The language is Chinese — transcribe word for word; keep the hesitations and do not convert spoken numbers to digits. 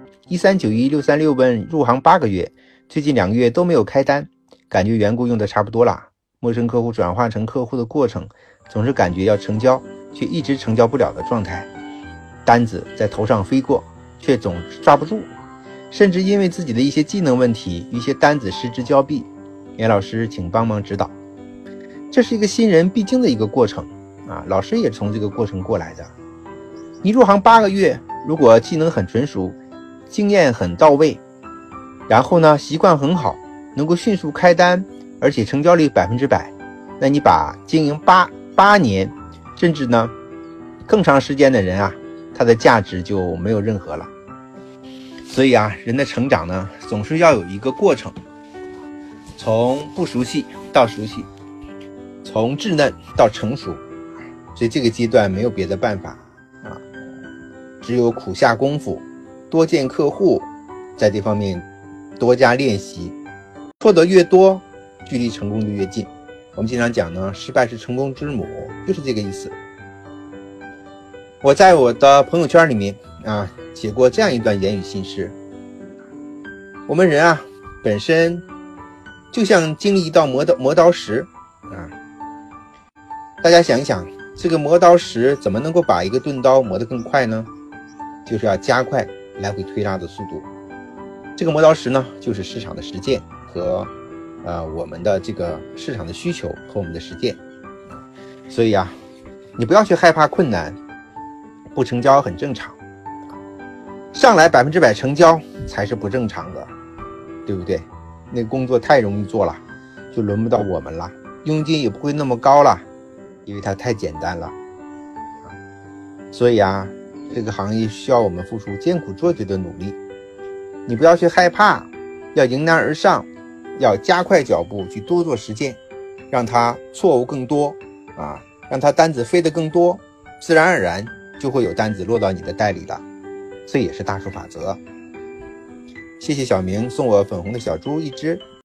一三九一六三六问入行八个月，最近两个月都没有开单，感觉员工用的差不多了，陌生客户转化成客户的过程总是感觉要成交，却一直成交不了的状态，单子在头上飞过，却总抓不住，甚至因为自己的一些技能问题，一些单子失之交臂。严老师请帮忙指导。这是一个新人必经的一个过程啊，老师也从这个过程过来的。你入行八个月，如果技能很纯熟，经验很到位，然后呢习惯很好，能够迅速开单，而且成交率百分之百，那你把经营八八年甚至呢更长时间的人啊，他的价值就没有任何了。所以啊，人的成长呢总是要有一个过程，从不熟悉到熟悉，从稚嫩到成熟，所以这个阶段没有别的办法啊，只有苦下功夫，多见客户，在这方面多加练习，错得越多，距离成功就越近。我们经常讲呢，失败是成功之母，就是这个意思。我在我的朋友圈里面啊写过这样一段言语心事：我们人啊本身就像经历一道磨刀磨刀石啊，大家想一想，这个磨刀石怎么能够把一个钝刀磨得更快呢？就是要加快来回推拉的速度。这个磨刀石呢，就是市场的实践和呃我们的这个市场的需求和我们的实践。所以啊，你不要去害怕困难，不成交很正常，上来百分之百成交才是不正常的，对不对？那个工作太容易做了，就轮不到我们了，佣金也不会那么高了，因为它太简单了。所以啊，这个行业需要我们付出艰苦卓绝的努力。你不要去害怕，要迎难而上，要加快脚步去多做实践，让它错误更多啊，让它单子飞得更多，自然而然就会有单子落到你的袋里了。这也是大数法则。谢谢小明送我粉红的小猪一只。